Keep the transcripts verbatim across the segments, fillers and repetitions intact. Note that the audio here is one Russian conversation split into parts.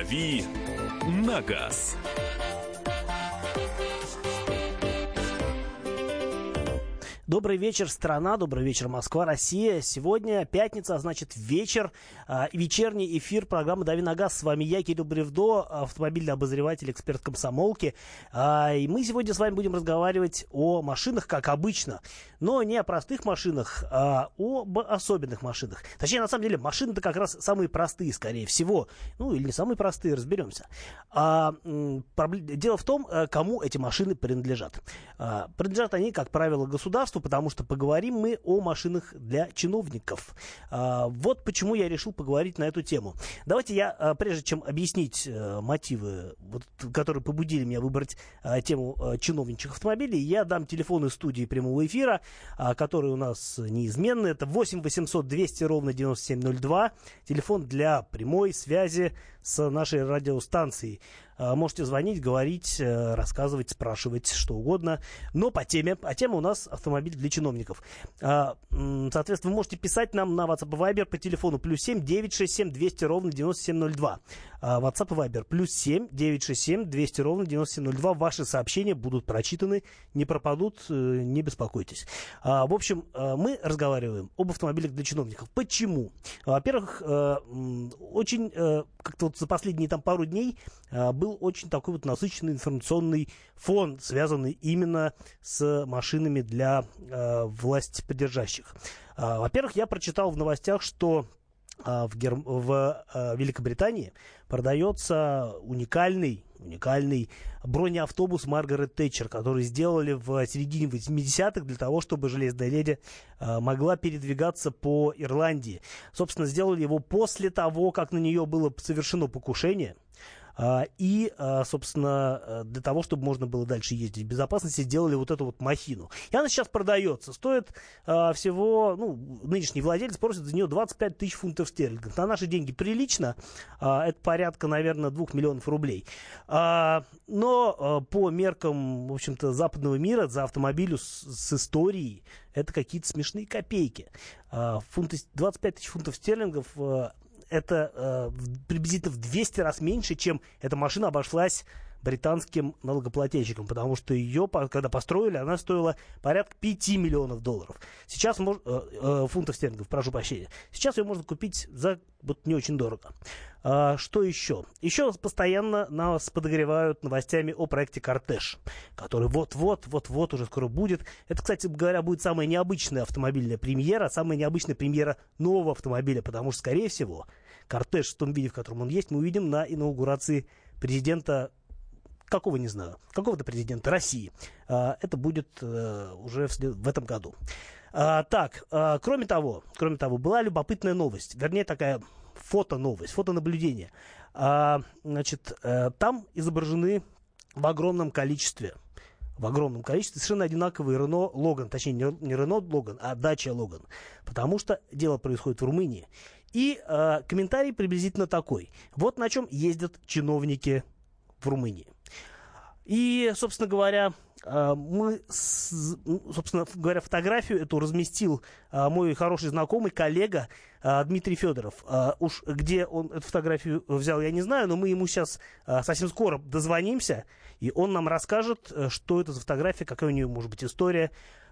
«Дави на газ». Добрый вечер, страна, добрый вечер, Москва, Россия. Сегодня пятница, а значит вечер, э, вечерний эфир программы «Дави на газ». С вами я, Кирилл Бревдо, автомобильный обозреватель, эксперт комсомолки. Э, и мы сегодня с вами будем разговаривать о машинах, как обычно. Но не о простых машинах, а об особенных машинах. Точнее, на самом деле, машины-то как раз самые простые, скорее всего. Ну, или не самые простые, разберемся. А, м, дело в том, кому эти машины принадлежат. А, принадлежат они, как правило, государству, потому что поговорим мы о машинах для чиновников. А, вот почему я решил поговорить на эту тему. Давайте я, а, прежде чем объяснить а, мотивы, вот, которые побудили меня выбрать а, тему а, чиновничьих автомобилей, я дам телефоны студии прямого эфира, а, которые у нас неизменны. Это восемь восемьсот двести ровно девяносто семь ноль два. Телефон для прямой связи с нашей радиостанцией. Можете звонить, говорить, рассказывать, спрашивать, что угодно. Но по теме. А тема у нас автомобиль для чиновников. Соответственно, вы можете писать нам на WhatsApp и Viber по телефону плюс семь девятьсот шестьдесят семь двести ровно девяносто семь ноль два. WhatsApp и Viber плюс семь девятьсот шестьдесят семь двести ровно девяносто семь ноль два. Ваши сообщения будут прочитаны, не пропадут, не беспокойтесь. В общем, мы разговариваем об автомобилях для чиновников. Почему? Во-первых, очень как-то вот за последние там пару дней был очень такой вот насыщенный информационный фон, связанный именно с машинами для э, власти поддержащих. Э, во-первых, я прочитал в новостях, что э, в, Гер... в э, Великобритании продается уникальный, уникальный бронеавтобус Маргарет Тэтчер, который сделали в середине восьмидесятых для того, чтобы железная леди э, могла передвигаться по Ирландии. Собственно, сделали его после того, как на нее было совершено покушение. И, собственно, для того, чтобы можно было дальше ездить в безопасности, сделали вот эту вот махину. И она сейчас продается. Стоит всего, ну, нынешний владелец просит за нее двадцать пять тысяч фунтов стерлингов. На наши деньги прилично. Это порядка, наверное, двух миллионов рублей. Но по меркам, в общем-то, западного мира за автомобиль с, с историей это какие-то смешные копейки. Фунты, двадцать пять тысяч фунтов стерлингов это э, приблизительно в двести раз меньше, чем эта машина обошлась британским налогоплательщикам, потому что ее, когда построили, она стоила порядка пяти миллионов долларов. Сейчас, мож, э, э, фунтов стерлингов, прошу прощения. Сейчас ее можно купить за вот не очень дорого. А, что еще? Еще постоянно нас подогревают новостями о проекте «Кортеж», который вот-вот, вот-вот уже скоро будет. Это, кстати говоря, будет самая необычная автомобильная премьера, самая необычная премьера нового автомобиля, потому что, скорее всего, «Кортеж» в том виде, в котором он есть, мы увидим на инаугурации президента, какого не знаю, какого-то президента России. А, это будет а, уже в, след... в этом году. А, так, а, кроме того, кроме того, была любопытная новость, вернее, такая фото-новость, фотонаблюдение. А, значит, а, там изображены в огромном количестве, в огромном количестве совершенно одинаковый Renault Logan, точнее, не, не Renault Logan, а Dacia Logan, потому что дело происходит в Румынии. И а, комментарий приблизительно такой. Вот на чем ездят чиновники в Румынии. И, собственно говоря, мы, собственно говоря, фотографию эту разместил мой хороший знакомый, коллега Дмитрий Федоров. Уж где он эту фотографию взял, я не знаю, но мы ему сейчас совсем скоро дозвонимся, и он нам расскажет, что это за фотография, какая у нее может быть история,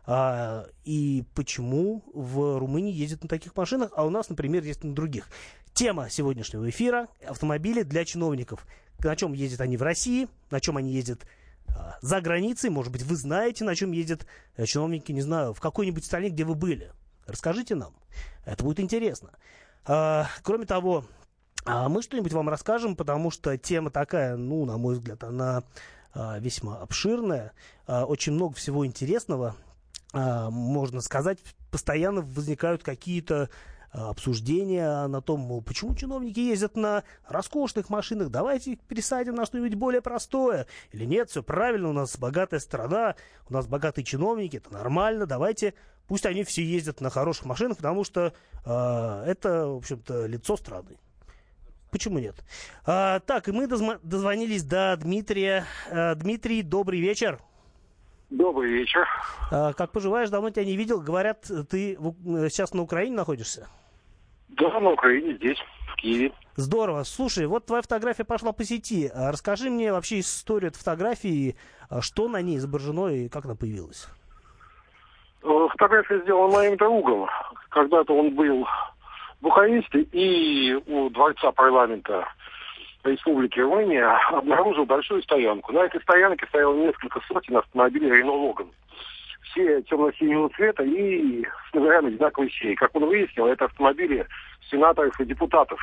и почему в Румынии ездят на таких машинах, а у нас, например, ездят на других. Тема сегодняшнего эфира – автомобили для чиновников. На чем ездят они в России, на чем они ездят а, за границей. Может быть, вы знаете, на чем ездят а, чиновники, не знаю, в какой-нибудь стране, где вы были. Расскажите нам. Это будет интересно. А, кроме того, а, мы что-нибудь вам расскажем, потому что тема такая, ну, на мой взгляд, она а, весьма обширная. А, очень много всего интересного, а, можно сказать. Постоянно возникают какие-то обсуждения на том, мол, почему чиновники ездят на роскошных машинах, давайте их пересадим на что-нибудь более простое. Или нет, все правильно, у нас богатая страна, у нас богатые чиновники, это нормально, давайте, пусть они все ездят на хороших машинах, потому что э, это, в общем-то, лицо страны. Почему нет? А, так, и мы дозма- дозвонились до Дмитрия. А, Дмитрий, добрый вечер. Добрый вечер. А, как поживаешь? Давно тебя не видел. Говорят, ты в, сейчас на Украине находишься? Да, на Украине, здесь, в Киеве. Здорово. Слушай, вот твоя фотография пошла по сети. А расскажи мне вообще историю этой фотографии, что на ней изображено и как она появилась. Фотография сделана моим другом. Когда-то он был в Бухаресте и у дворца парламента Республики Румыния обнаружил большую стоянку. На этой стоянке стояло несколько сотен автомобилей Renault Logan. Все темно-синего цвета и с номерами одинаковой серии. Как он выяснил, это автомобили сенаторов и депутатов.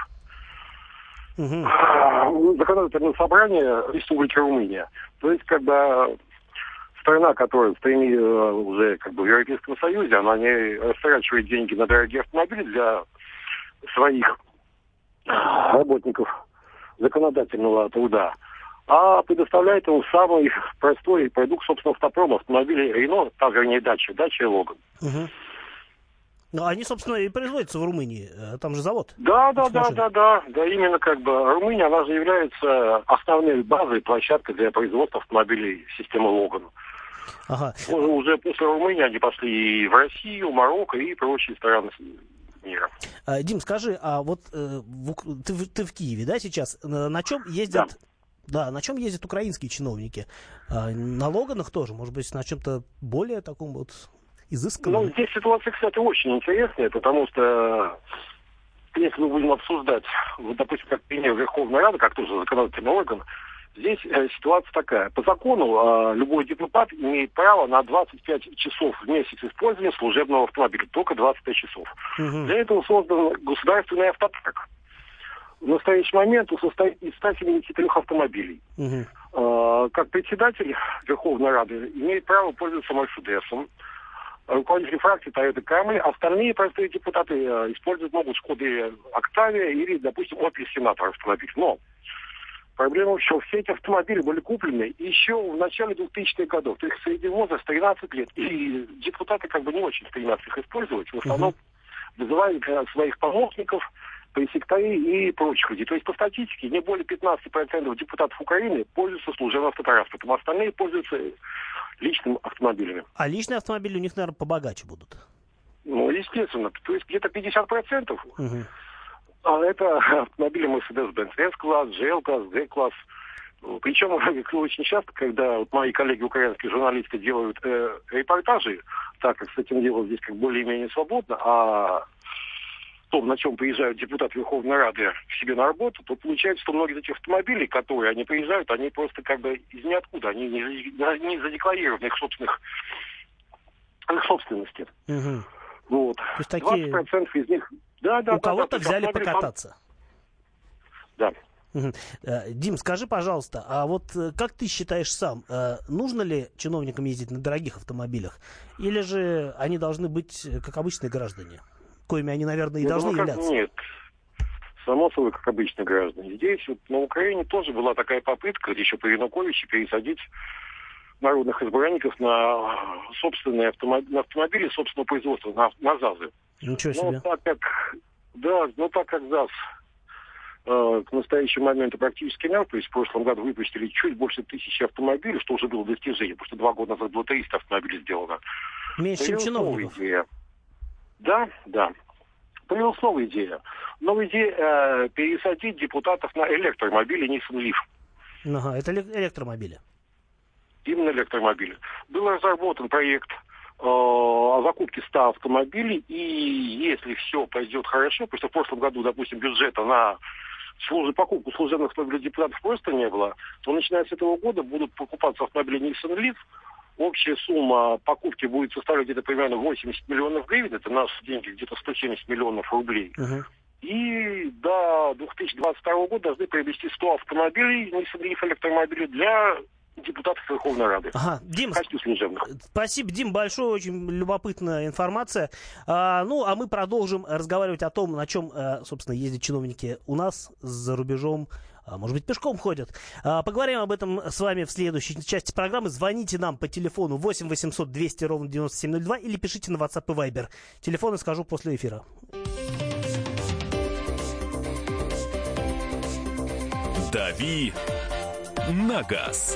Uh-huh. Законодательное собрание Республики Румыния. То есть, когда страна, которая стремится уже как бы в Европейском Союзе, она не растрачивает деньги на дорогие автомобили для своих работников законодательного труда, а предоставляет ему самый простой продукт собственного автопрома, автомобили Renault, там, вернее, Dacia, Dacia и Logan. Uh-huh. Ну, они, собственно, и производятся в Румынии. Там же завод. Да, да, да, да, да, да. Именно как бы Румыния, она же является основной базой, площадкой для производства автомобилей системы Logan. Ага. Уже после Румынии они пошли и в Россию, Марокко и прочие страны мира. А, Дим, скажи, а вот э, в, ты, ты в Киеве, да, сейчас? На, на чем ездят? Да. Да, на чем ездят украинские чиновники? А, на Логанах тоже, может быть, на чем-то более таком вот изысканном? Ну, здесь ситуация, кстати, очень интересная, потому что если мы будем обсуждать, вот, допустим, как пример Верховной Рады, как тоже законодательный орган, здесь э, ситуация такая. По закону э, любой депутат имеет право на двадцать пять часов в месяц использования служебного автомобиля. Только двадцать пять часов. Угу. Для этого создан государственный автопарк. В настоящий момент он состоит из ста семидесяти трёх автомобилей. Угу. Э, как председатель Верховной Рады имеет право пользоваться Мерседесом. Руководители фракции Toyota Camry, остальные простые депутаты э, использовать могут Шкоды Октавия или, допустим, Opel Senator автомобиль. Но проблема в чем? Все эти автомобили были куплены еще в начале двухтысячных годов. То есть средний возраст тринадцать лет. И депутаты как бы не очень стремятся их использовать. В основном uh-huh. вызывают своих помощников, пресекторей и прочих людей. То есть по статистике не более пятнадцать процентов депутатов Украины пользуются служебным автотранспортом, а остальные пользуются личными автомобилями. А личные автомобили у них, наверное, побогаче будут? Ну, естественно. То есть где-то пятьдесят процентов. Uh-huh. А это автомобили Mercedes-Benz S-класс, джи эл-класс, D-класс. Причем очень часто, когда вот мои коллеги украинские журналисты делают э, репортажи, так как с этим делом здесь как более-менее свободно, а том, на чем приезжают депутаты Верховной Рады к себе на работу, то получается, что многие из этих автомобилей, которые они приезжают, они просто как бы из ниоткуда, они не, не задекларированы их собственных их собственности. Угу. Вот. Такие... двадцать процентов из них... Да, да, У да, кого-то да, взяли автомобиль... покататься. Да. Угу. Дим, скажи, пожалуйста, а вот как ты считаешь сам, нужно ли чиновникам ездить на дорогих автомобилях? Или же они должны быть как обычные граждане? Коими они, наверное, и ну, должны ну, являться. Нет. Само собой, как обычные граждане. Здесь вот, на Украине тоже была такая попытка, еще при Януковиче, пересадить народных избранников на собственные автомобили, на автомобили собственного производства, на, на ЗАЗы. Ничего себе. Но так как, да, но так как ЗАЗ э, к настоящему моменту практически мертв, то есть в прошлом году выпустили чуть больше тысячи автомобилей, что уже было достижение, потому что два года назад было триста автомобилей сделано. Меньше, чем чиновников. Идея. Да, да. Появилась новая идея. Новая идея э, пересадить депутатов на электромобили Nissan Leaf. Ага, это электромобили. Именно электромобили. Был разработан проект э, о закупке ста автомобилей, и если все пойдет хорошо, потому что в прошлом году, допустим, бюджета на службу, покупку служебных автомобилей депутатов просто не было, то начиная с этого года будут покупаться автомобили Nissan Leaf. Общая сумма покупки будет составлять где-то примерно восемьдесят миллионов гривен, это наши деньги, где-то сто семьдесят миллионов рублей. Uh-huh. И до две тысячи двадцать второго года должны приобрести сто автомобилей, Nissan Leaf электромобилей для депутатов Верховной Рады. Ага, Дим, служебных. Спасибо, Дим, большое, очень любопытная информация. А, ну, а мы продолжим разговаривать о том, на чем, собственно, ездят чиновники у нас за рубежом. А, может быть, пешком ходят. А, поговорим об этом с вами в следующей части программы. Звоните нам по телефону восемь восемьсот двести ровно девяносто семь ноль два или пишите на WhatsApp и Viber. Телефоны скажу после эфира. Дави на газ.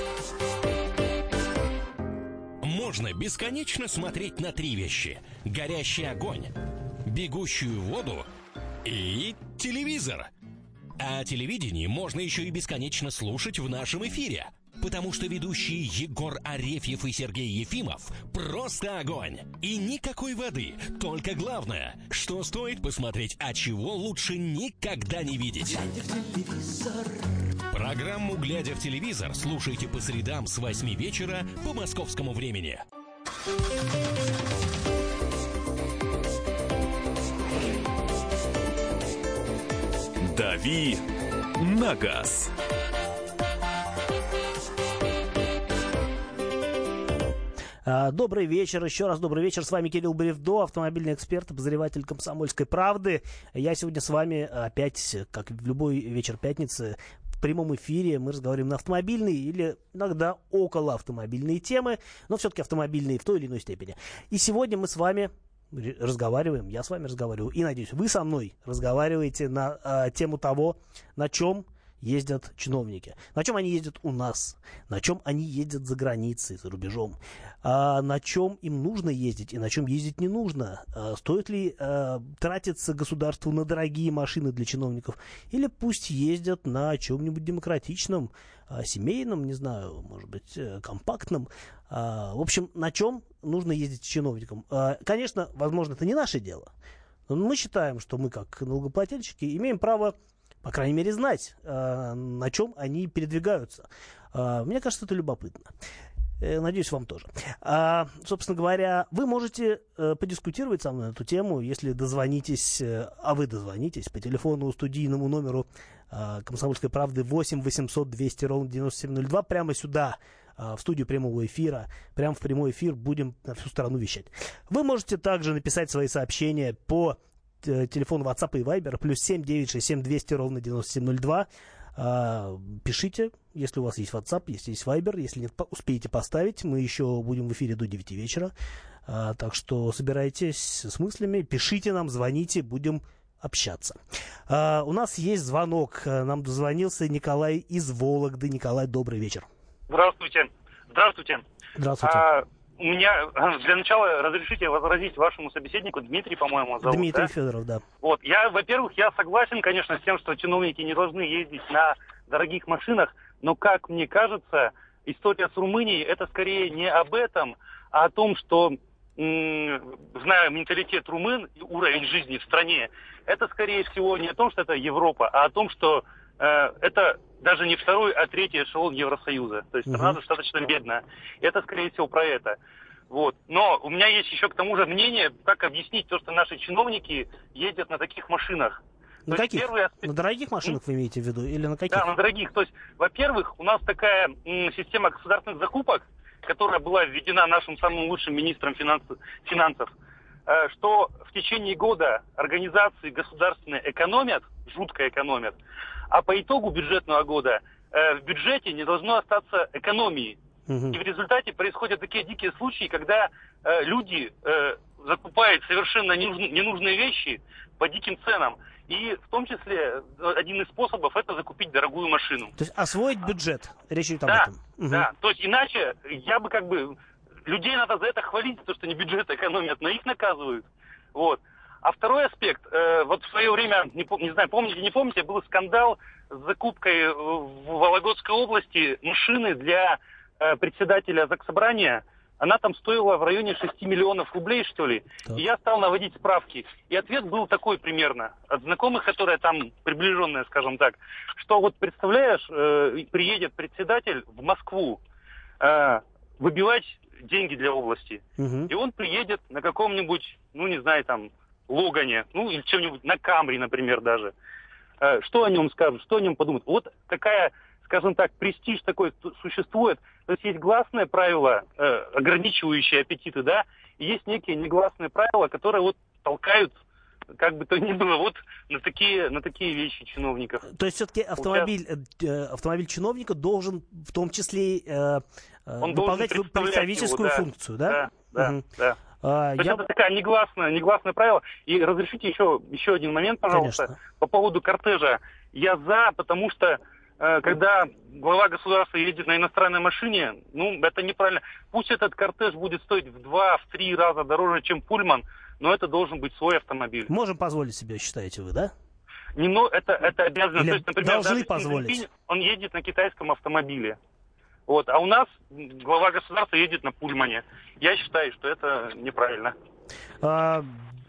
Можно бесконечно смотреть на три вещи: горящий огонь, бегущую воду и телевизор. А телевидение можно еще и бесконечно слушать в нашем эфире. Потому что ведущие Егор Арефьев и Сергей Ефимов просто огонь. И никакой воды, только главное, что стоит посмотреть, а чего лучше никогда не видеть. Программу «Глядя в телевизор» слушайте по средам с восьми вечера по московскому времени. «Дави на газ». Добрый вечер, еще раз добрый вечер. С вами Кирилл Бревдо, автомобильный эксперт, обозреватель «Комсомольской правды». Я сегодня с вами опять, как в любой вечер пятницы, в прямом эфире. Мы разговариваем на автомобильные или иногда около автомобильные темы, но все-таки автомобильные в той или иной степени. И сегодня мы с вами разговариваем, я с вами разговариваю, и, надеюсь, вы со мной разговариваете на а, тему того, на чем ездят чиновники. На чем они ездят у нас, на чем они ездят за границей, за рубежом, а на чем им нужно ездить и на чем ездить не нужно. А стоит ли а, тратиться государству на дорогие машины для чиновников, или пусть ездят на чем-нибудь демократичном, а, семейном, не знаю, может быть, компактном. А, в общем, на чем нужно ездить чиновникам. А, конечно, возможно, это не наше дело, но мы считаем, что мы, как налогоплательщики, имеем право, по крайней мере, знать, э, на чем они передвигаются. Э, мне кажется, это любопытно. Э, надеюсь, вам тоже. А, собственно говоря, вы можете э, подискутировать со мной на эту тему, если дозвонитесь, э, а вы дозвонитесь по телефону студийному номеру э, «Комсомольской правды» восемь восемьсот двести ровно девяносто семь ноль два, прямо сюда, э, в студию прямого эфира, прямо в прямой эфир будем на всю страну вещать. Вы можете также написать свои сообщения по телефон WhatsApp и Viber, плюс семь девятьсот шестьдесят семь двести ровно девяносто семь ноль два. А, пишите, если у вас есть WhatsApp, если есть Viber, если нет, успеете поставить. Мы еще будем в эфире до девяти вечера. А, так что собирайтесь с мыслями, пишите нам, звоните, будем общаться. А, у нас есть звонок. Нам дозвонился Николай из Вологды. Николай, добрый вечер. Здравствуйте. Здравствуйте. Здравствуйте. А, у меня для начала разрешите возразить вашему собеседнику, Дмитрий, по-моему, зовут, Дмитрий да? Федоров, да. Вот, я, во-первых, я согласен, конечно, с тем, что чиновники не должны ездить на дорогих машинах, но, как мне кажется, история с Румынией, это скорее не об этом, а о том, что, м- зная менталитет румын и уровень жизни в стране, это, скорее всего, не о том, что это Европа, а о том, что э, это даже не второй, а третий эшелон Евросоюза. То есть страна uh-huh. достаточно бедная. Это, скорее всего, про это. Вот. Но у меня есть еще к тому же мнение, как объяснить то, что наши чиновники ездят на таких машинах. На то каких? Первый аспект... На дорогих машинах вы имеете в виду? Или на каких? Да, на дорогих. То есть, во-первых, у нас такая м, система государственных закупок, которая была введена нашим самым лучшим министром финанс... финансов, э, что в течение года организации государственные экономят, жутко экономят, а по итогу бюджетного года э, в бюджете не должно остаться экономии. Uh-huh. И в результате происходят такие дикие случаи, когда э, люди э, закупают совершенно ненужные, ненужные вещи по диким ценам. И в том числе один из способов это закупить дорогую машину. То есть освоить бюджет. Речь идет об да, этом. Угу. Да, то есть иначе я бы как бы... Людей надо за это хвалить, то, что не бюджет экономят, но их наказывают. Вот. А второй аспект, э, вот в свое время, не, не знаю, помните, не помните, был скандал с закупкой в Вологодской области машины для э, председателя Заксобрания. Она там стоила в районе шести миллионов рублей, что ли. Так. И я стал наводить справки. И ответ был такой примерно, от знакомых, которые там приближенные, скажем так, что вот представляешь, э, приедет председатель в Москву э, выбивать деньги для области. Угу. И он приедет на каком-нибудь, ну не знаю, там, Логане, ну или чем-нибудь на Камри, например, даже. Э, что о нем скажут, что о нем подумают? Вот какая, скажем так, престиж такой существует. То есть есть гласное правило, э, ограничивающее аппетиты, да, и есть некие негласные правила, которые вот толкают, как бы то ни было, вот на такие, на такие вещи чиновников. То есть все-таки автомобиль, э, автомобиль чиновника должен в том числе э, Он выполнять представительскую его, да. функцию, да? Да, да, угу. да. А, То я... есть это такое негласное, негласное правило. И разрешите еще, еще один момент, пожалуйста, Конечно. По поводу кортежа. Я за, потому что э, когда глава государства едет на иностранной машине, ну, это неправильно. Пусть этот кортеж будет стоить в два, в три раза дороже, чем пульман, но это должен быть свой автомобиль. Можем позволить себе, считаете вы, да? Не, но это, это обязано. Или То есть, например, должны даже позволить. Си Цзиньпинь, он едет на китайском автомобиле. Вот. А у нас глава государства едет на пульмане. Я считаю, что это неправильно. А,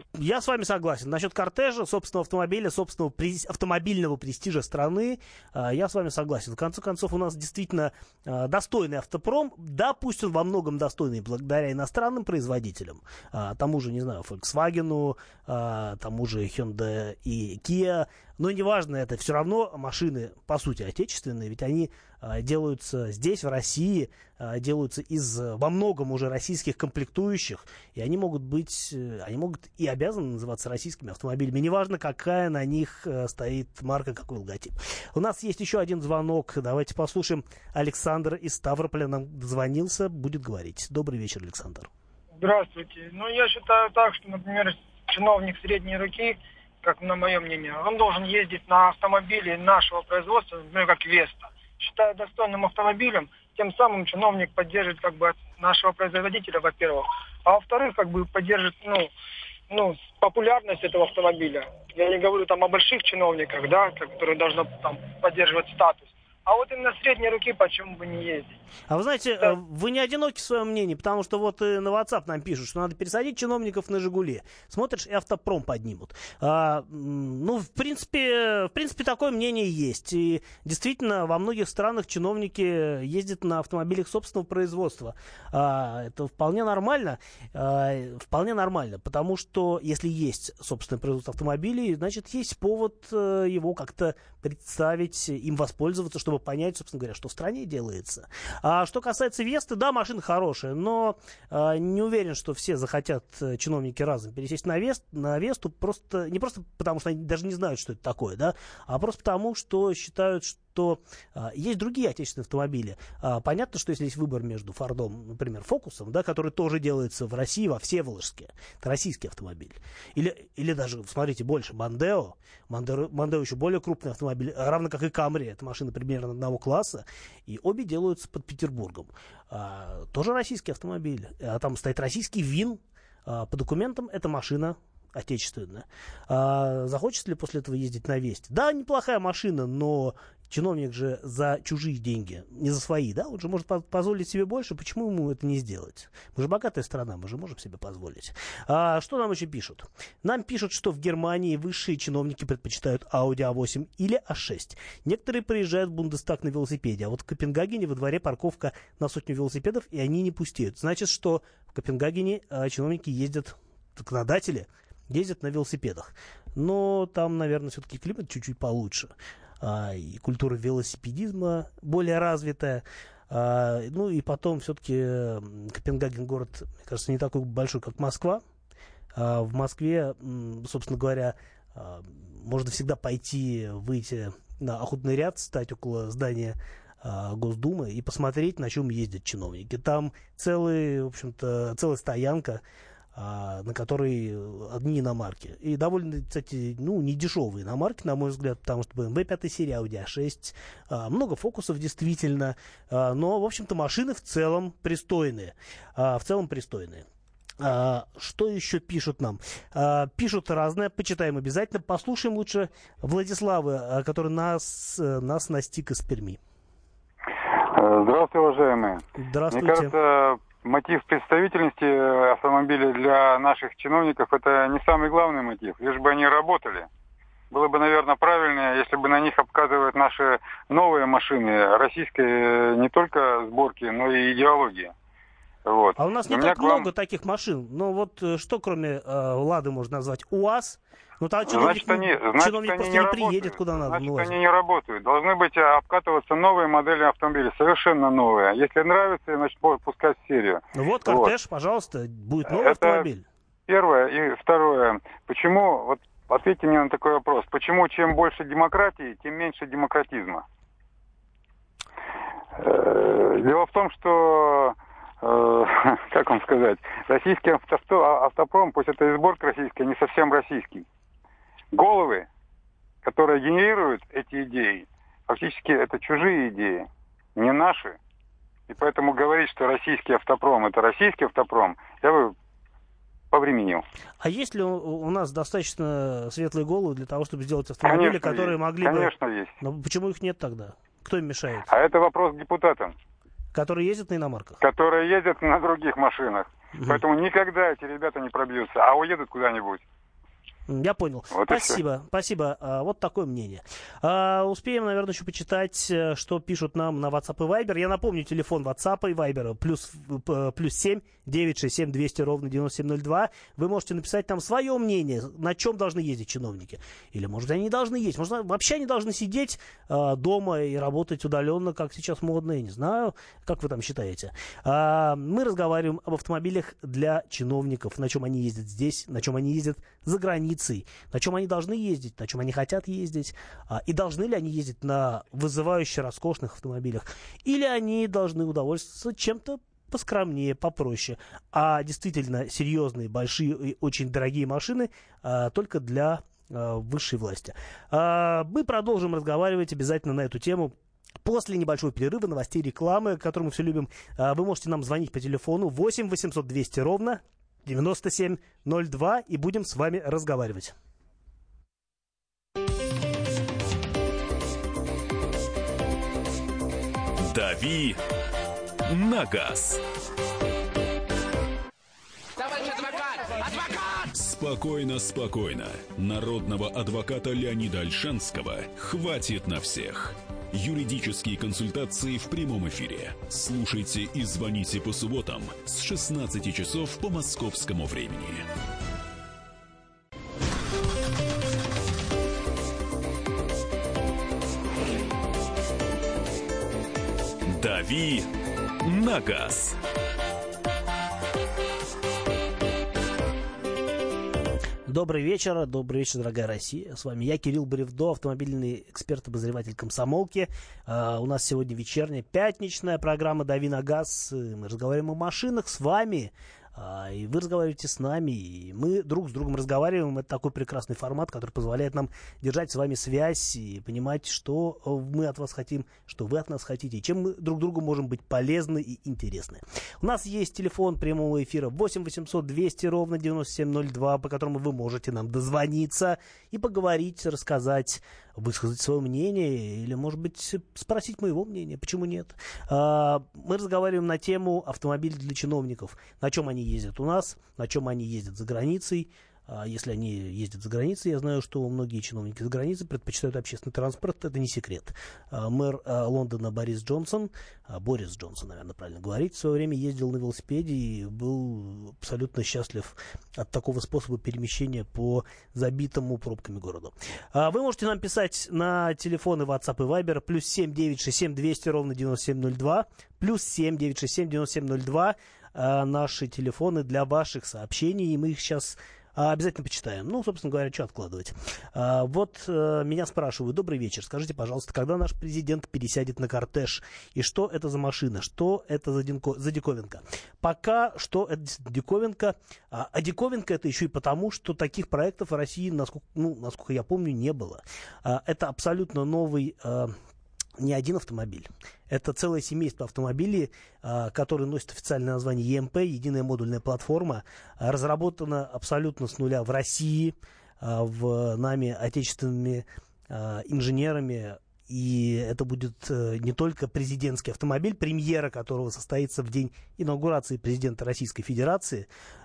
я с вами согласен. Насчет кортежа, собственного автомобиля, собственного през... автомобильного престижа страны, а, я с вами согласен. В конце концов, у нас действительно а, достойный автопром. Да, пусть он во многом достойный благодаря иностранным производителям. А, тому же, не знаю, Volkswagen, а, тому же Hyundai и Kia. Но неважно, это все равно машины, по сути, отечественные, ведь они а, делаются здесь, в России, а, делаются из во многом уже российских комплектующих, и они могут быть, они могут и обязаны называться российскими автомобилями. Неважно, какая на них а, стоит марка, какой логотип. У нас есть еще один звонок. Давайте послушаем. Александр из Ставрополя нам дозвонился, будет говорить. Добрый вечер, Александр. Здравствуйте. Ну, я считаю так, что, например, чиновник средней руки, как на мое мнение, он должен ездить на автомобиле нашего производства, например, как Веста. Считаю достойным автомобилем, тем самым чиновник поддержит как бы нашего производителя, во-первых, а во-вторых, как бы поддержит, ну, ну, популярность этого автомобиля. Я не говорю там о больших чиновниках, да, которые должны там поддерживать статус. А вот именно средней руки почему бы не ездить? А вы знаете, Да. вы не одиноки в своем мнении, потому что вот и на WhatsApp нам пишут, что надо пересадить чиновников на «Жигули». Смотришь, и автопром поднимут. А, ну, в принципе, в принципе, такое мнение есть. И действительно, во многих странах чиновники ездят на автомобилях собственного производства. А, это вполне нормально. А, вполне нормально, потому что если есть собственное производство автомобилей, значит, есть повод э, его как-то представить, им воспользоваться, чтобы понять, собственно говоря, что в стране делается. А что касается Весты, да, машина хорошая, но э, не уверен, что все захотят э, чиновники разом пересесть на, Вест, на Весту, просто, не просто потому, что они даже не знают, что это такое, да, а просто потому, что считают, что э, есть другие отечественные автомобили. А, понятно, что если есть выбор между Фордом, например, Фокусом, да, который тоже делается в России, во Всеволожске, это российский автомобиль, или, или даже, смотрите, больше, Мондео, Мондео, Мондео еще более крупный автомобиль, равно как и Камри, это машина примерно одного класса, и обе делаются под Петербургом. А, тоже российский автомобиль. А там стоит российский ВИН. А, по документам эта машина отечественная. А, захочется ли после этого ездить на Весте? Да, неплохая машина, но чиновник же за чужие деньги, не за свои, да, он же может позволить себе больше, почему ему это не сделать? Мы же богатая страна, мы же можем себе позволить. А, что нам еще пишут? Нам пишут, что в Германии высшие чиновники предпочитают Audi а восемь или а шесть. Некоторые приезжают в Бундестаг на велосипеде, а вот в Копенгагене во дворе парковка на сотню велосипедов, и они не пустеют. Значит, что в Копенгагене а, чиновники ездят, законодатели, ездят на велосипедах. Но там, наверное, все-таки климат чуть-чуть получше. А, и культура велосипедизма более развитая. А, ну и потом все-таки Копенгаген город, мне кажется, не такой большой, как Москва. А, в Москве, собственно говоря, а, можно всегда пойти, выйти на охотный ряд, стать около здания а, Госдумы и посмотреть, на чем ездят чиновники. Там целый, в общем-то, целая стоянка, на которой одни иномарки. И довольно, кстати, ну, не дешевые иномарки, на мой взгляд, потому что бэ эм вэ пятая серия, Audi а шесть, много фокусов действительно, но, в общем-то, машины в целом пристойные. В целом пристойные. Что еще пишут нам? Пишут разное, почитаем обязательно. Послушаем лучше Владислава, который нас, нас настиг из Перми. Здравствуйте, уважаемые. Здравствуйте. Мне кажется, мотив представительности автомобиля для наших чиновников — это не самый главный мотив, лишь бы они работали. Было бы, наверное, правильнее, если бы на них обказывают наши новые машины российской не только сборки, но и идеологии. Вот. А у нас не у так вам... много таких машин. Ну вот что кроме э, «Лады» можно назвать? УАЗ? Ну там чиновник, значит, они, значит, чиновник они просто не не работают. приедет куда надо. Значит, ну, они не работают. Должны быть обкатываться новые модели автомобилей, совершенно новые. Если нравится, значит, пускать в серию. Ну вот, кортеж, вот. Пожалуйста, будет новый Это автомобиль. Первое. И второе. Почему, вот ответьте мне на такой вопрос, почему чем больше демократии, тем меньше демократизма? Дело в том, что, как вам сказать, российский авто, автопром, пусть это и сборка российская, не совсем российский. Головы, которые генерируют эти идеи, фактически это чужие идеи, не наши. И поэтому говорить, что российский автопром — это российский автопром, я бы повременил. А есть ли у, у нас достаточно светлые головы для того, чтобы сделать автомобили, Конечно, которые есть. могли Конечно, бы... есть. Но почему их нет тогда? Кто им мешает? А это вопрос к депутатам, Которые ездят на иномарках? которые ездят на других машинах. Угу. Поэтому никогда эти ребята не пробьются, а уедут куда-нибудь. Я понял. Вот спасибо, спасибо. А, вот такое мнение. А, успеем, наверное, еще почитать, что пишут нам на WhatsApp и Viber. Я напомню, телефон WhatsApp и Viber плюс, плюс семь девятьсот шестьдесят семь двести ровно девяносто семь ноль два. Вы можете написать нам свое мнение, на чем должны ездить чиновники. Или, может, они не должны ездить. Может, вообще они должны сидеть а, дома и работать удаленно, как сейчас модно, я не знаю. Как вы там считаете? А, мы разговариваем об автомобилях для чиновников. На чем они ездят здесь, на чем они ездят за границей. На чем они должны ездить, на чем они хотят ездить, а, и должны ли они ездить на вызывающе роскошных автомобилях, или они должны удовольствоваться чем-то поскромнее, попроще, а действительно серьезные, большие и очень дорогие машины а, только для а, высшей власти. А, мы продолжим разговаривать обязательно на эту тему. После небольшого перерыва, новостей, рекламы, которую мы все любим, а, вы можете нам звонить по телефону восемь восемьсот двести ровно девяносто семь ноль два, и будем с вами разговаривать. Дави на газ. Товарищ адвокат! Адвокат! Спокойно, спокойно. Народного адвоката Леонида Ольшанского хватит на всех. Юридические консультации в прямом эфире. Слушайте и звоните по субботам с шестнадцати часов по московскому времени. Дави на газ. Добрый вечер, добрый вечер, дорогая Россия. С вами я, Кирилл Бревдо, автомобильный эксперт-обозреватель «Комсомолки». Uh, у нас сегодня вечерняя, пятничная программа «Дави на газ». Мы разговариваем о машинах с вами. Uh, и вы разговариваете с нами, и мы друг с другом разговариваем. Это такой прекрасный формат, который позволяет нам держать с вами связь и понимать, что мы от вас хотим, что вы от нас хотите, и чем мы друг другу можем быть полезны и интересны. У нас есть телефон прямого эфира восемь восемьсот двести ровно девяносто семь ноль два, по которому вы можете нам дозвониться и поговорить, рассказать, высказать свое мнение или, может быть, спросить моего мнения. Почему нет? Uh, мы разговариваем на тему автомобилей для чиновников. На чем они ездят у нас, на чем они ездят за границей. А если они ездят за границей, я знаю, что многие чиновники за границей предпочитают общественный транспорт, это не секрет. А, мэр а, Лондона Борис Джонсон, а, Борис Джонсон, наверное, правильно говорить, в свое время ездил на велосипеде и был абсолютно счастлив от такого способа перемещения по забитому пробками городу. А, вы можете нам писать на телефоны WhatsApp и Viber плюс семь девятьсот шестьдесят семь двести ровно девяносто семь ноль два, плюс семь девятьсот шестьдесят семь девяносто семь ноль два, а, наши телефоны для ваших сообщений, и мы их сейчас обязательно почитаем. Ну, собственно говоря, что откладывать. А, вот а, меня спрашивают. Добрый вечер. Скажите, пожалуйста, когда наш президент пересядет на кортеж? И что это за машина? Что это за, динко, за диковинка? Пока что это диковинка. А, а диковинка это еще и потому, что таких проектов в России, насколько, ну, насколько я помню, не было. А, это абсолютно новый... А, не один автомобиль. Это целое семейство автомобилей, а, которые носят официальное название и эм пэ, единая модульная платформа, а, разработана абсолютно с нуля в России, а, в нами отечественными а, инженерами. И это будет а, не только президентский автомобиль, премьера которого состоится в день инаугурации президента Российской Федерации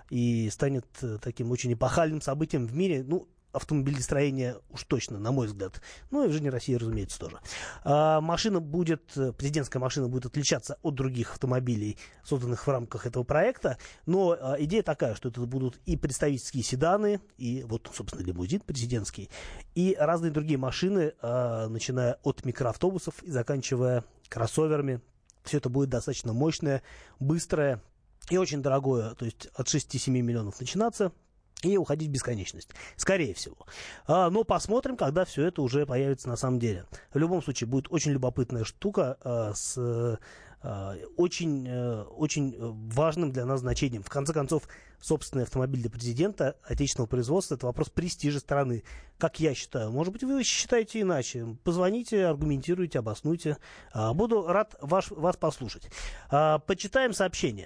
и станет а, таким очень эпохальным событием в мире. Ну, автомобилестроения уж точно, на мой взгляд. Ну и в жизни России, разумеется, тоже. А, машина будет, президентская машина будет отличаться от других автомобилей, созданных в рамках этого проекта. Но а, идея такая, что это будут и представительские седаны, и вот, собственно, лимузин президентский, и разные другие машины, а, начиная от микроавтобусов и заканчивая кроссоверами. Все это будет достаточно мощное, быстрое и очень дорогое, то есть от шести-семи миллионов начинаться и уходить в бесконечность. Скорее всего. А, но посмотрим, когда все это уже появится на самом деле. В любом случае, будет очень любопытная штука а, с а, очень, а, очень важным для нас значением. В конце концов, собственный автомобиль для президента отечественного производства — это вопрос престижа страны. Как я считаю. Может быть, вы считаете иначе. Позвоните, аргументируйте, обоснуйте. А, буду рад ваш, вас послушать. А, почитаем сообщение.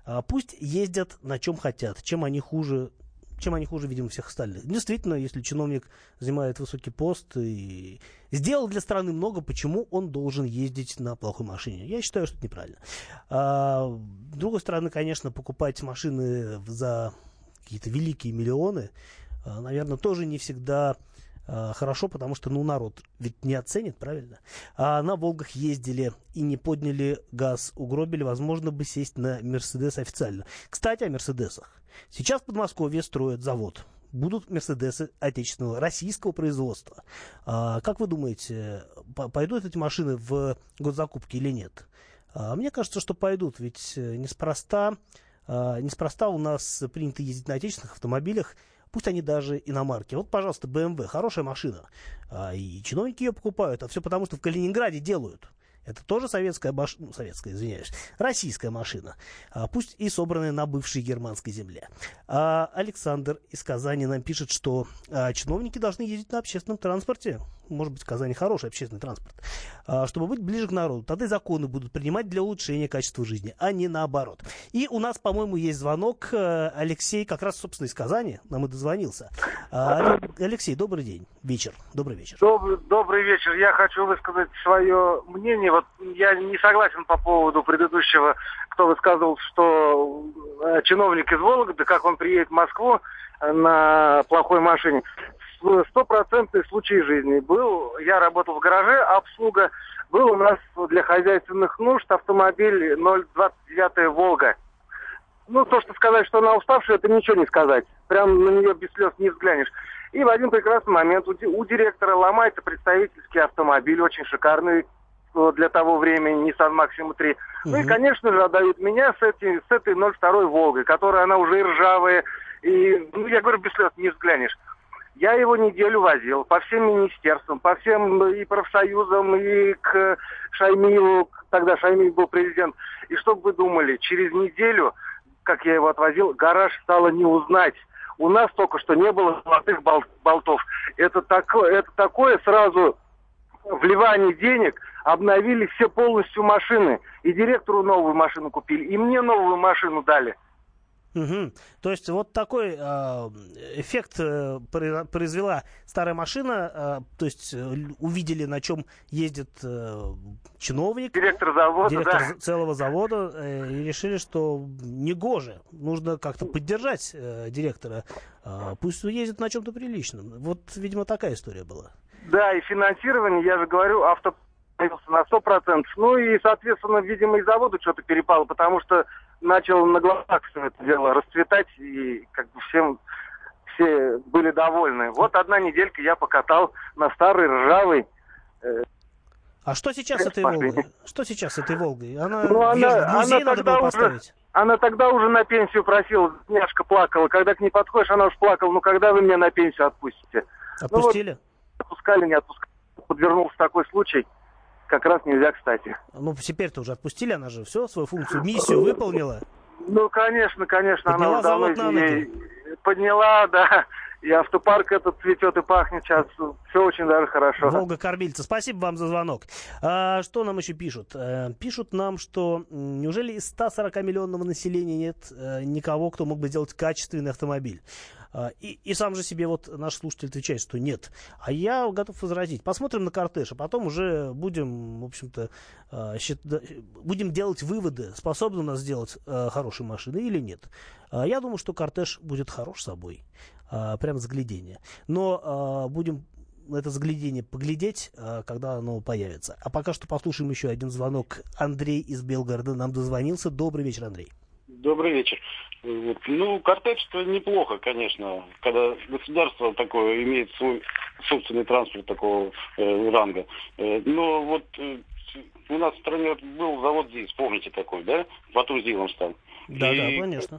А, пусть ездят на чем хотят, чем они хуже, чем они хуже, видимо, всех остальных. Действительно, если чиновник занимает высокий пост и сделал для страны много, почему он должен ездить на плохой машине? Я считаю, что это неправильно. А, с другой стороны, конечно, покупать машины за какие-то великие миллионы, а, наверное, тоже не всегда а, хорошо, потому что, ну, народ ведь не оценит, правильно? А на «Волгах» ездили и не подняли газ, угробили, возможно, бы сесть на «Мерседес» официально. Кстати, о «Мерседесах». Сейчас в Подмосковье строят завод. Будут «Мерседесы» отечественного, российского производства. А, как вы думаете, пойдут эти машины в госзакупки или нет? А, мне кажется, что пойдут, ведь неспроста, а, неспроста у нас принято ездить на отечественных автомобилях, пусть они даже иномарки. Вот, пожалуйста, бэ эм вэ, хорошая машина. А, и чиновники ее покупают, а все потому, что в Калининграде делают. Это тоже советская, баш... ну, советская, извиняюсь, российская машина, а, пусть и собранная на бывшей германской земле. А Александр из Казани нам пишет, что а, чиновники должны ездить на общественном транспорте. Может быть, в Казани хороший общественный транспорт. А, чтобы быть ближе к народу. Тогда и законы будут принимать для улучшения качества жизни, а не наоборот. И у нас, по-моему, есть звонок. Алексей как раз, собственно, из Казани нам и дозвонился. А, Алексей, добрый день. Вечер. Добрый вечер. Добрый, добрый вечер. Я хочу высказать свое мнение. Вот я не согласен по поводу предыдущего, кто высказывал, что чиновник из Вологды, как он приедет в Москву на плохой машине. Стопроцентный случай жизни. Был, я работал в гараже, обслуга. Был у нас для хозяйственных нужд автомобиль ноль двадцать девять «Волга». Ну, то, что сказать, что она уставшая, это ничего не сказать. Прям на нее без слез не взглянешь. И в один прекрасный момент у, у директора ломается представительский автомобиль, очень шикарный для того времени, Nissan Maxima три. Угу. Ну и, конечно же, отдают меня с, эти, с этой ноль два «Волгой», которая она уже и ржавая. И, ну, я говорю, без слез не взглянешь. Я его неделю возил по всем министерствам, по всем и профсоюзам, и к Шаймиеву, тогда Шаймиев был президент. И что бы вы думали, через неделю, как я его отвозил, гараж стало не узнать. У нас только что не было золотых бол- болтов. Это, тако, это такое сразу вливание денег, обновили все полностью машины. И директору новую машину купили, и мне новую машину дали. Угу. То есть вот такой э, эффект э, произвела старая машина, э, то есть э, увидели, на чем ездит э, чиновник, директор завода, директор да. целого завода, э, и решили, что негоже, нужно как-то поддержать э, директора, э, пусть ездит на чем-то приличном. Вот, видимо, такая история была. Да, и финансирование, я же говорю, авто на сто процентов. Ну и, соответственно, видимо, и заводу что-то перепало, потому что начал на глазах все это дело расцветать, и как бы всем все были довольны. Вот одна неделька я покатал на старой ржавой. Э, а что сейчас с этой машине. Волгой? Что сейчас с этой Волгой? Она, ну, она, в музей она надо было уже, поставить. Она тогда уже на пенсию просила, няшка плакала. Когда к ней подходишь, она уж плакала. Ну, когда вы меня на пенсию отпустите? Отпустили? Ну, вот, отпускали, не отпускали. Подвернулся такой случай. Как раз нельзя, кстати. Ну, теперь-то уже отпустили, она же все, свою функцию, миссию выполнила. Ну, конечно, конечно. Подняла она завод давно на ноги. Подняла, да. И автопарк этот цветет и пахнет сейчас. Все очень даже хорошо. Волга-Кормильцы. Спасибо вам за звонок. А, что нам еще пишут? А, пишут нам, что неужели из ста сорока миллионного населения нет а, никого, кто мог бы сделать качественный автомобиль? А, и, и сам же себе вот наш слушатель отвечает, что нет. А я готов возразить. Посмотрим на кортеж, а потом уже будем, в общем-то, а, счит... будем делать выводы, способны у нас сделать а, хорошие машины или нет. А, я думаю, что кортеж будет хорош собой. А, прям заглядение. Но а, будем на это заглядение поглядеть, а, когда оно появится. А пока что послушаем еще один звонок. Андрей из Белгорода нам дозвонился. Добрый вечер, Андрей. Добрый вечер. Ну, кортеж-то неплохо, конечно, когда государство такое имеет свой собственный транспорт такого э, ранга. Э, но вот э, у нас в стране вот был завод ЗИС, помните такой, да? Ватузилом стал. Да, и, да, конечно.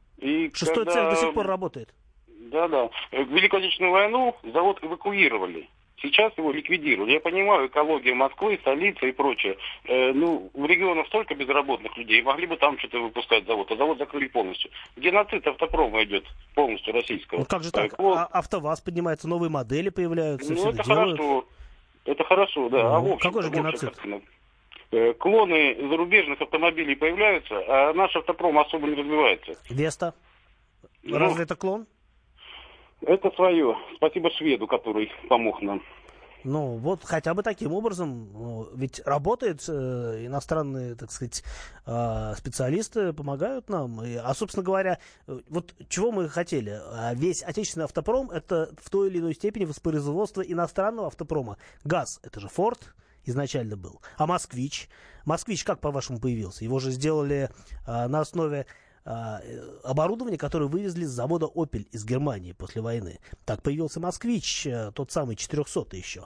И Шестой когда... цех до сих пор работает. Да, да. В Великую Отечественную войну завод эвакуировали. Сейчас его ликвидируют. Я понимаю, экология Москвы, столица и прочее. Э, ну, в регионах столько безработных людей, могли бы там что-то выпускать завод, а завод закрыли полностью. Геноцид автопрома идет полностью российского. Ну как же так? Вот. А, АвтоВАЗ поднимается, новые модели появляются, Ну, все это это делают. Хорошо. Это хорошо, да. Ну, а в общем, какой же геноцид? э, клоны зарубежных автомобилей появляются, а наш автопром особо не развивается. Веста? Ну, Разве это клон? Это свое. Спасибо шведу, который помог нам. Ну, вот хотя бы таким образом, ну, ведь работают э, иностранные, так сказать, э, специалисты, помогают нам. И, а, собственно говоря, вот чего мы хотели? Весь отечественный автопром — это в той или иной степени воспроизводство иностранного автопрома. ГАЗ — это же Форд изначально был. А Москвич? Москвич как, по-вашему, появился? Его же сделали э, на основе оборудование, которое вывезли с завода Opel из Германии после войны. Так появился Москвич, тот самый четырехсотый еще.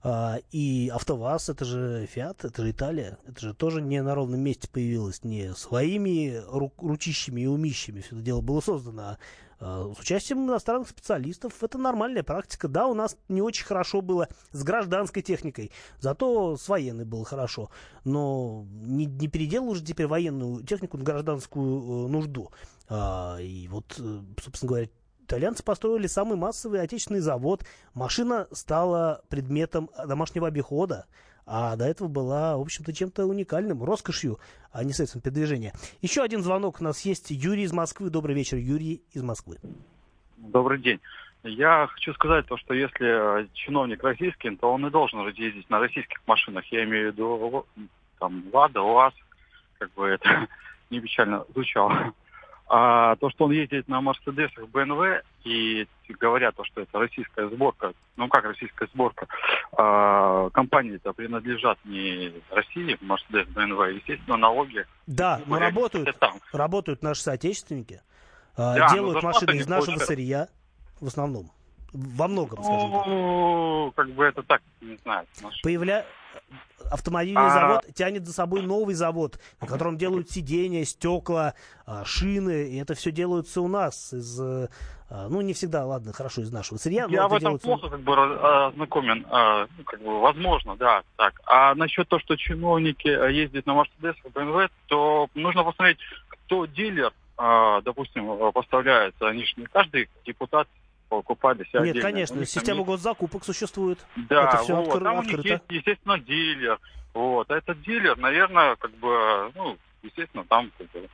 И АвтоВАЗ, это же Фиат, это же Италия. Это же тоже не на ровном месте появилось, не своими ручищами и умищами. Все это дело было создано с участием иностранных специалистов. Это нормальная практика. Да, у нас не очень хорошо было с гражданской техникой, зато с военной было хорошо. Но не, не переделал уже теперь военную технику на гражданскую э, нужду. А, и вот, собственно говоря, итальянцы построили самый массовый отечественный завод. Машина стала предметом домашнего обихода. А до этого была, в общем-то, чем-то уникальным, роскошью, а не средством передвижения. Еще один звонок у нас есть. Юрий из Москвы. Добрый вечер, Юрий из Москвы. Добрый день. Я хочу сказать то, что если чиновник российский, то он и должен ездить на российских машинах. Я имею в виду там Лада, УАЗ, как бы это не печально звучало. А то, что он ездит на Мерседесах, бэ эн вэ, и говорят, то, что это российская сборка, ну как российская сборка, а, компании-то принадлежат не России, Мерседес, бэ эн вэ, естественно, налоги. Да, но работают, работают наши соотечественники, да, делают машины из нашего получается. Сырья, в основном, во многом, скажем так. Ну, как бы это так, не знаю. Появля... Автомобильный а... завод тянет за собой новый завод, на котором делают сиденья, стекла, шины, и это все делается у нас из, ну, не всегда, ладно, хорошо, из нашего сырья. Я в этом делается... плохо как бы ознакомлен, ну, как бы, возможно, да, так. А насчет того, что чиновники ездят на Мерседесах, бэ эн вэ, то нужно посмотреть, кто дилер, допустим, поставляет. Они же не каждый депутат покупали себе Нет, отдельно. конечно, система есть... госзакупок существует. Да, это все вот. откр... Там открыто. у них есть, естественно, дилер. Вот. А этот дилер, наверное, как бы, ну, естественно, там как бы,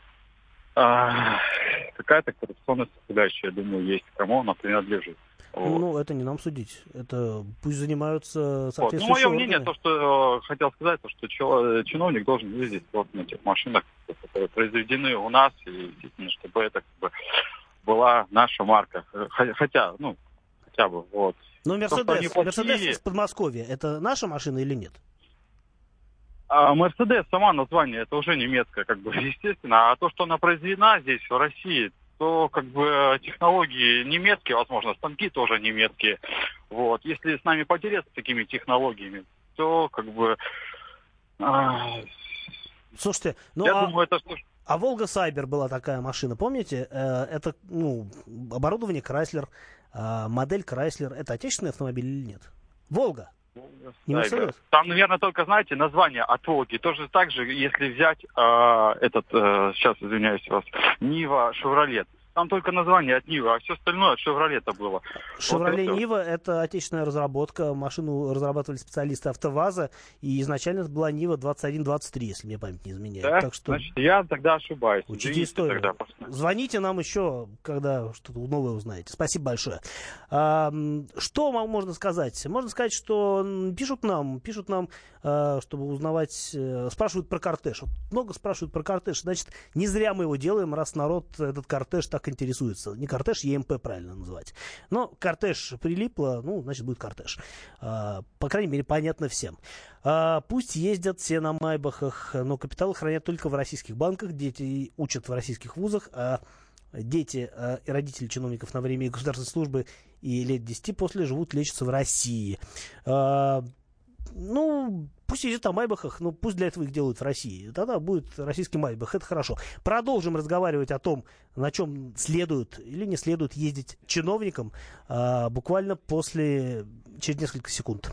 а, какая-то коррупционная составляющая, я думаю, есть, кому она принадлежит. Вот. Ну, это не нам судить. Это пусть занимаются соответствующие вот. Ну, мое органы. мнение, то, что э, хотел сказать, то, что чиновник должен ездить вот на тех машинах, которые произведены у нас, и, естественно, чтобы это как бы была наша марка. Хотя, ну, хотя бы, вот. Но Мерседес, Мерседес из Подмосковья, это наша машина или нет? А Мерседес, сама название, это уже немецкое, как бы, естественно. А то, что она произведена здесь, в России, то, как бы, технологии немецкие, возможно, станки тоже немецкие. Вот. Если с нами поделиться такими технологиями, то, как бы... А... Слушайте, ну, я а... думаю, это... А Волга Сайбер была такая машина, помните? Это, ну, оборудование Chrysler, модель Chrysler. Это отечественный автомобиль или нет? Волга. Не Мерседес? Там, наверное, только, знаете, название от Волги. Тоже так же, если взять э, этот, э, сейчас, извиняюсь вас, Нива, Шевролет. Там только название от Нивы, а все остальное от Шевролета было. Шевроле вот Нива — это отечественная разработка. Машину разрабатывали специалисты АвтоВАЗа. И изначально это была Нива двадцать один двадцать три, если мне память не изменяет. Да? Так что... Значит, я тогда ошибаюсь. Учите историю. Тогда. Звоните нам еще, когда что-то новое узнаете. Спасибо большое. А, что вам можно сказать? Можно сказать, что пишут нам, пишут нам, чтобы узнавать, спрашивают про кортеж. Вот много спрашивают про кортеж. Значит, не зря мы его делаем, раз народ этот кортеж так интересуется. Не кортеж, ЕМП правильно называть. Но кортеж прилипло, ну, значит, будет кортеж. А, по крайней мере, понятно всем. А, пусть ездят все на майбахах, но капиталы хранят только в российских банках, дети учат в российских вузах, а дети а, и родители чиновников на время государственной службы и лет десяти после живут, лечатся в России. А, ну, пусть ездят на майбахах, но пусть для этого их делают в России. Тогда будет российский майбах, это хорошо. Продолжим разговаривать о том, на чем следует или не следует ездить чиновникам, а, буквально после, через несколько секунд.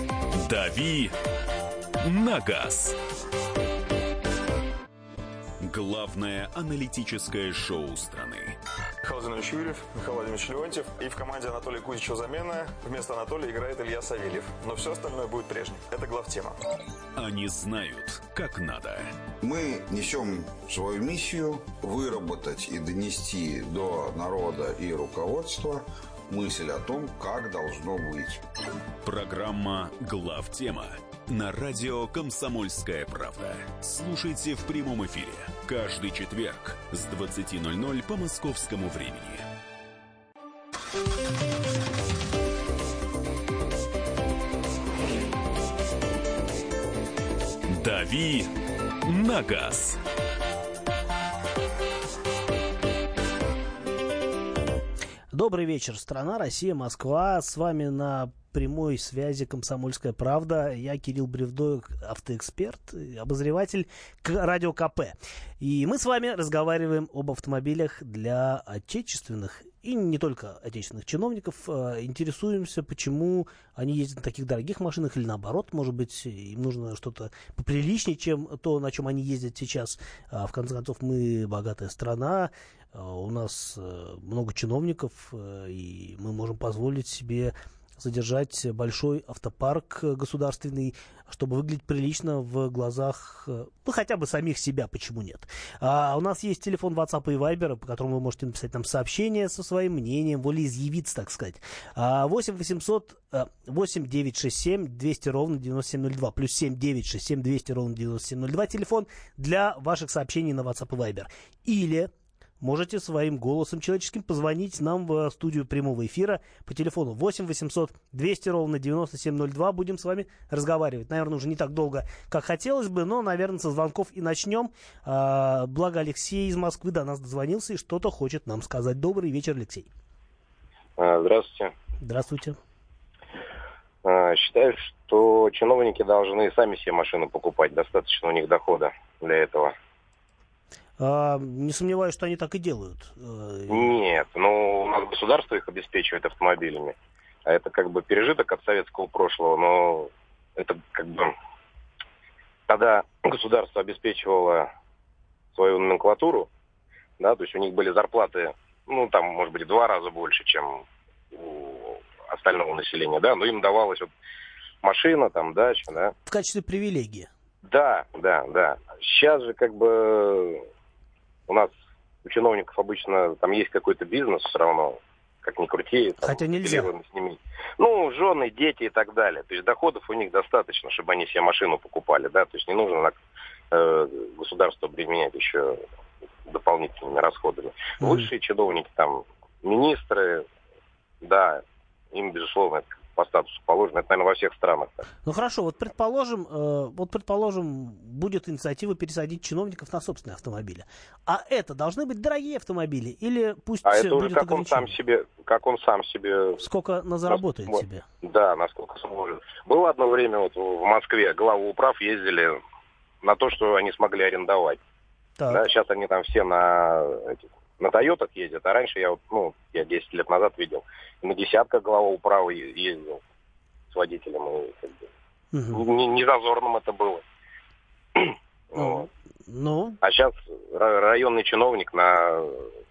«Дави на газ». Главное аналитическое шоу страны. Михаил Владимирович Юрьев, Михаил Владимирович Леонтьев. И в команде Анатолия Кузичева замена. Вместо Анатолия играет Илья Савельев. Но все остальное будет прежним. Это главтема. Они знают, как надо. Мы несем свою миссию выработать и донести до народа и руководства мысль о том, как должно быть. Программа «Главтема» на радио «Комсомольская правда». Слушайте в прямом эфире каждый четверг с двадцати ноль-ноль по московскому времени. «Дави на газ». Добрый вечер, страна, Россия, Москва. С вами на прямой связи «Комсомольская правда». Я Кирилл Бревдо, автоэксперт, обозреватель радио ка пэ. И мы с вами разговариваем об автомобилях для отечественных и не только отечественных чиновников. Интересуемся, почему они ездят на таких дорогих машинах или наоборот, может быть, им нужно что-то поприличнее, чем то, на чем они ездят сейчас. В конце концов, мы богатая страна, у нас много чиновников, и мы можем позволить себе содержать большой автопарк государственный, чтобы выглядеть прилично в глазах, ну, хотя бы самих себя, почему нет. А у нас есть телефон WhatsApp и Viber, по которому вы можете написать нам сообщение со своим мнением, волеизъявиться, так сказать. восемь восемьсот восемь девятьсот шестьдесят семь двести ровно девяносто семь ноль два, плюс семь девятьсот шестьдесят семь двести ровно девяносто семь ноль два, телефон для ваших сообщений на WhatsApp и Viber. Или можете своим голосом человеческим позвонить нам в студию прямого эфира по телефону восемь восемьсот двести ровно девяносто семь ноль два. Будем с вами разговаривать. Наверное, уже не так долго, как хотелось бы, но, наверное, со звонков и начнем. А, благо Алексей из Москвы до нас дозвонился и что-то хочет нам сказать. Добрый вечер, Алексей. Здравствуйте. Здравствуйте. Считаю, что чиновники должны сами себе машину покупать. Достаточно у них дохода для этого. А, не сомневаюсь, что они так и делают. Нет, ну, у нас государство их обеспечивает автомобилями. А это как бы пережиток от советского прошлого, но это как бы... Когда государство обеспечивало свою номенклатуру, да, то есть у них были зарплаты, ну, там, может быть, в два раза больше, чем у остального населения, да, но им давалась вот машина, там, дача, да. В качестве привилегии. Да, да, да. Сейчас же как бы... У нас у чиновников обычно там есть какой-то бизнес все равно, как ни крути. Там, хотя нельзя. С ними. Ну, жены, дети и так далее. То есть доходов у них достаточно, чтобы они себе машину покупали, да. То есть не нужно на, э, государство обременять еще дополнительными расходами. Mm-hmm. Высшие чиновники, там, министры, да, им, безусловно, это по статусу положено. Это, наверное, во всех странах. Так. Ну хорошо, вот предположим, э, вот предположим, будет инициатива пересадить чиновников на собственные автомобили. А это должны быть дорогие автомобили или пусть а это уже будет как он сам себе, как он сам себе. Сколько на заработает нас, себе? Да, насколько сможет. Было одно время вот в Москве главуправ ездили на то, что они смогли арендовать. Да, сейчас они там все на этих, на Тойотах ездят, а раньше я вот, ну, я десять лет назад видел, на десятках главоуправа ездил с водителем, и, как бы, угу. не, не зазорным это было. Ну, ну. А сейчас районный чиновник на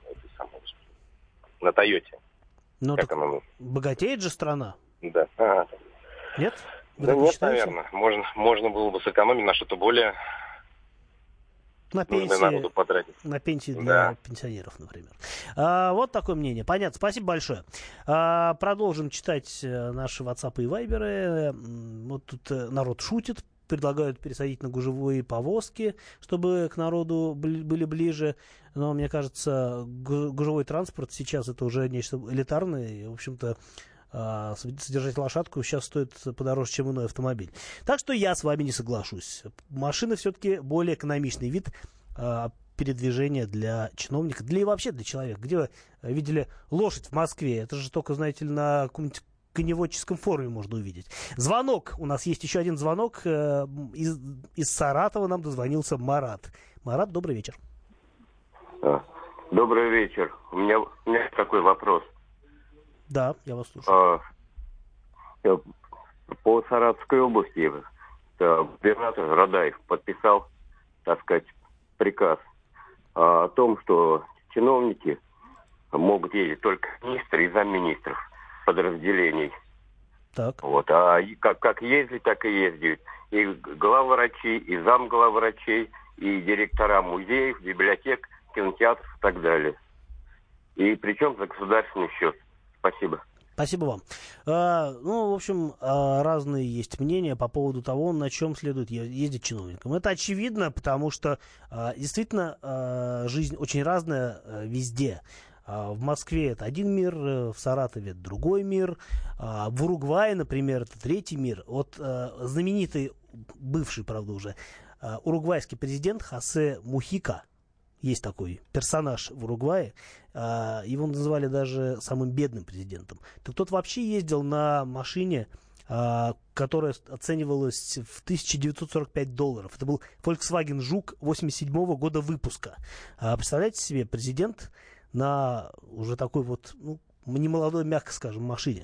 на Тойоте. Ну, так оно... богатеет же страна. Да. А. Нет? Вы да нет, считаете? Наверное. Можно, можно было бы сэкономить на что-то более... На пенсии, на пенсии для да. пенсионеров, например. А, вот такое мнение. Понятно. Спасибо большое. А, продолжим читать наши WhatsApp и Viber. Вот тут народ шутит. Предлагают пересадить на гужевые повозки, чтобы к народу были ближе. Но мне кажется, гужевой транспорт сейчас это уже нечто элитарное. И, в общем-то, содержать лошадку сейчас стоит подороже, чем иной автомобиль. Так что я с вами не соглашусь. Машина все-таки более экономичный вид а, передвижения для чиновника, для и вообще для человека. Где вы видели лошадь в Москве? Это же только, знаете ли, на каком-нибудь коневодческом форуме можно увидеть. Звонок. У нас есть еще один звонок. Из, из Саратова нам дозвонился Марат. Марат, добрый вечер. Добрый вечер. У меня, у меня такой вопрос. Да, я вас слушаю. А, по Саратовской области губернатор Радаев подписал, так сказать, приказ о том, что чиновники могут ездить только министры и замминистров подразделений. Так. Вот. А как, как ездили, так и ездят. И главврачи, и замглавврачей, и директора музеев, библиотек, кинотеатров и так далее. И причем за государственный счет. Спасибо. Спасибо вам. А, ну, в общем, а, разные есть мнения по поводу того, на чем следует ездить чиновникам. Это очевидно, потому что а, действительно а, жизнь очень разная а, везде. А, в Москве это один мир, в Саратове это другой мир, а, в Уругвае, например, это третий мир. Вот а, знаменитый, бывший, правда, уже, а, уругвайский президент Хосе Мухика, есть такой персонаж в Уругвае, его называли даже самым бедным президентом. Так тот вообще ездил на машине, которая оценивалась в тысяча девятьсот сорок пять долларов. Это был Volkswagen Жук восемьдесят седьмого года выпуска. Представляете себе, президент на уже такой вот, ну, немолодой, мягко скажем, машине.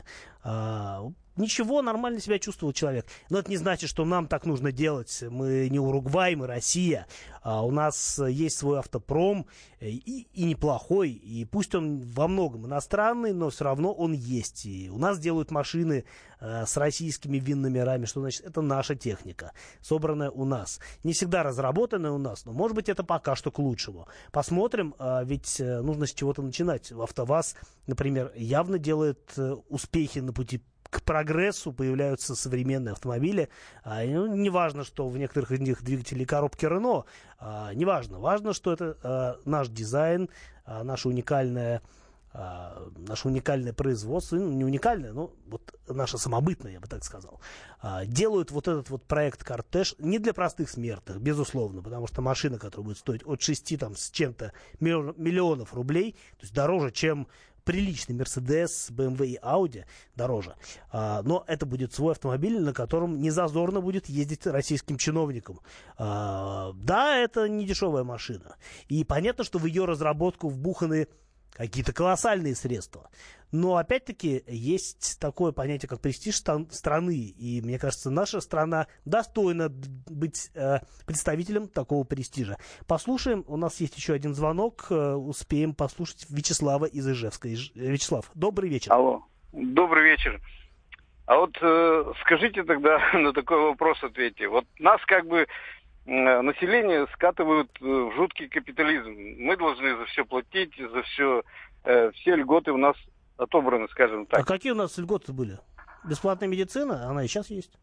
Ничего, нормально себя чувствовал человек. Но это не значит, что нам так нужно делать. Мы не Уругвай, мы Россия. А у нас есть свой автопром, и, и неплохой. И пусть он во многом иностранный, но все равно он есть. И у нас делают машины э, с российскими ВИН-номерами. Что значит? Это наша техника, собранная у нас. Не всегда разработанная у нас, но, может быть, это пока что к лучшему. Посмотрим, э, ведь э, нужно с чего-то начинать. АвтоВАЗ, например, явно делает э, успехи на пути к прогрессу, появляются современные автомобили. А, ну, не важно, что в некоторых из них двигатели коробки Рено. А, не важно. Важно, что это а, наш дизайн, а, наше уникальное, а, наше уникальное производство. Ну, не уникальное, но вот наше самобытное, я бы так сказал. А, делают вот этот вот проект «Кортеж» не для простых смертных, безусловно, потому что машина, которая будет стоить от шести там, с чем-то миллионов рублей, то есть дороже, чем приличный Мерседес, бэ эм вэ и Ауди, дороже. А, но это будет свой автомобиль, на котором не зазорно будет ездить российским чиновникам. А, да, это не дешевая машина. И понятно, что в ее разработку вбуханы какие-то колоссальные средства. Но, опять-таки, есть такое понятие, как престиж страны. И, мне кажется, наша страна достойна быть э, представителем такого престижа. Послушаем. У нас есть еще один звонок. Э, успеем послушать Вячеслава из Ижевска. Иж... Вячеслав, добрый вечер. Алло, добрый вечер. А вот э, скажите тогда на такой вопрос ответьте. Вот нас как бы население скатывают в жуткий капитализм. Мы должны за все платить, за все, э, все льготы у нас отобраны, скажем так. А какие у нас льготы были? Бесплатная медицина? Она и сейчас есть.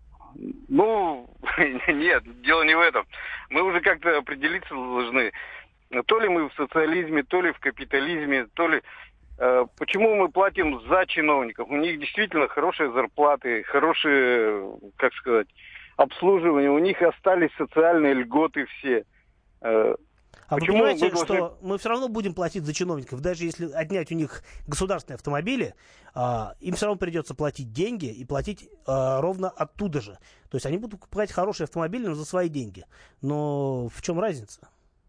Ну, нет, дело не в этом. Мы уже как-то определиться должны. То ли мы в социализме, то ли в капитализме, то ли... Э, почему мы платим за чиновников? У них действительно хорошие зарплаты, хорошие, как сказать... обслуживание, у них остались социальные льготы все. А Почему вы понимаете, мы должны... что мы все равно будем платить за чиновников, даже если отнять у них государственные автомобили, а, им все равно придется платить деньги и платить а, ровно оттуда же. То есть они будут покупать хорошие автомобили, но за свои деньги. Но в чем разница?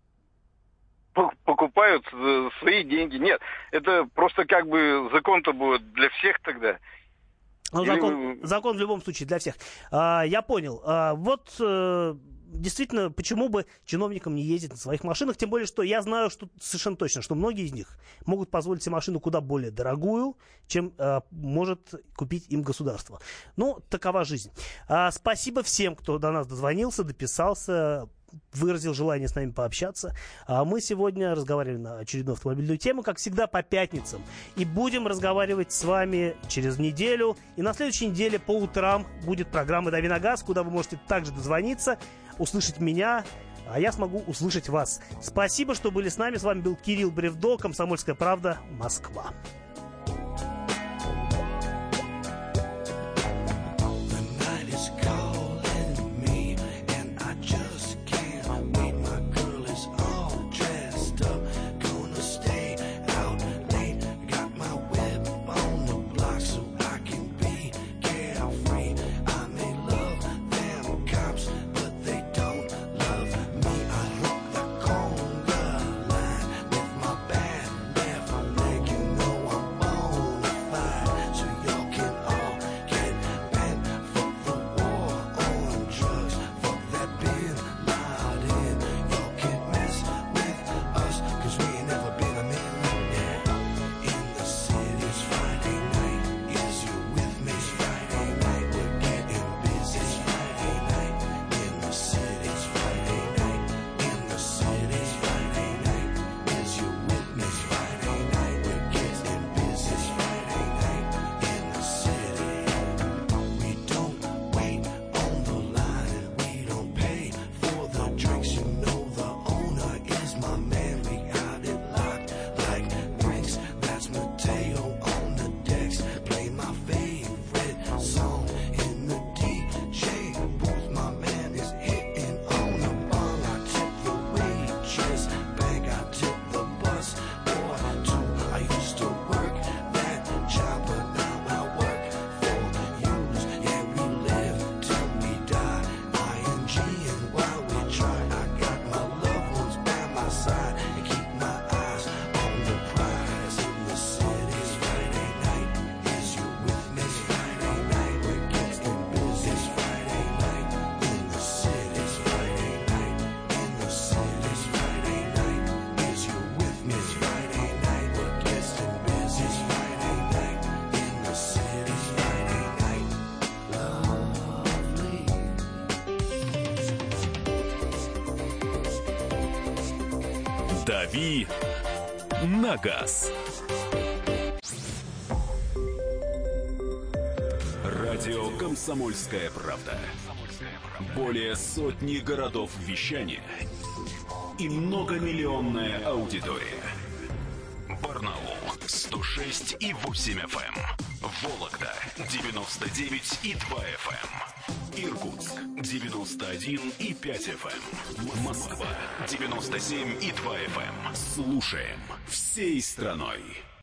Покупают за свои деньги. Нет, это просто как бы закон-то будет для всех тогда. Ну, закон, закон в любом случае для всех. А, я понял. А, вот а, действительно, почему бы чиновникам не ездить на своих машинах? Тем более, что я знаю что совершенно точно, что многие из них могут позволить себе машину куда более дорогую, чем а, может купить им государство. Ну, такова жизнь. А, спасибо всем, кто до нас дозвонился, дописался, выразил желание с нами пообщаться. А мы сегодня разговаривали на очередную автомобильную тему, как всегда, по пятницам. И будем разговаривать с вами через неделю. И на следующей неделе по утрам будет программа «Дави на газ», куда вы можете также дозвониться, услышать меня, а я смогу услышать вас. Спасибо, что были с нами. С вами был Кирилл Бревдо, «Комсомольская правда», Москва. With my bad, never let you know I'm «Дави на газ». Радио «Комсомольская правда». Более сотни городов вещания и многомиллионная аудитория. Барнаул сто шесть и восемь эф эм, Вологда девяносто девять и два эф эм, Иркутск девяносто один и пять эф эм, Москва девяносто семь и два эф эм. Слушаем всей страной.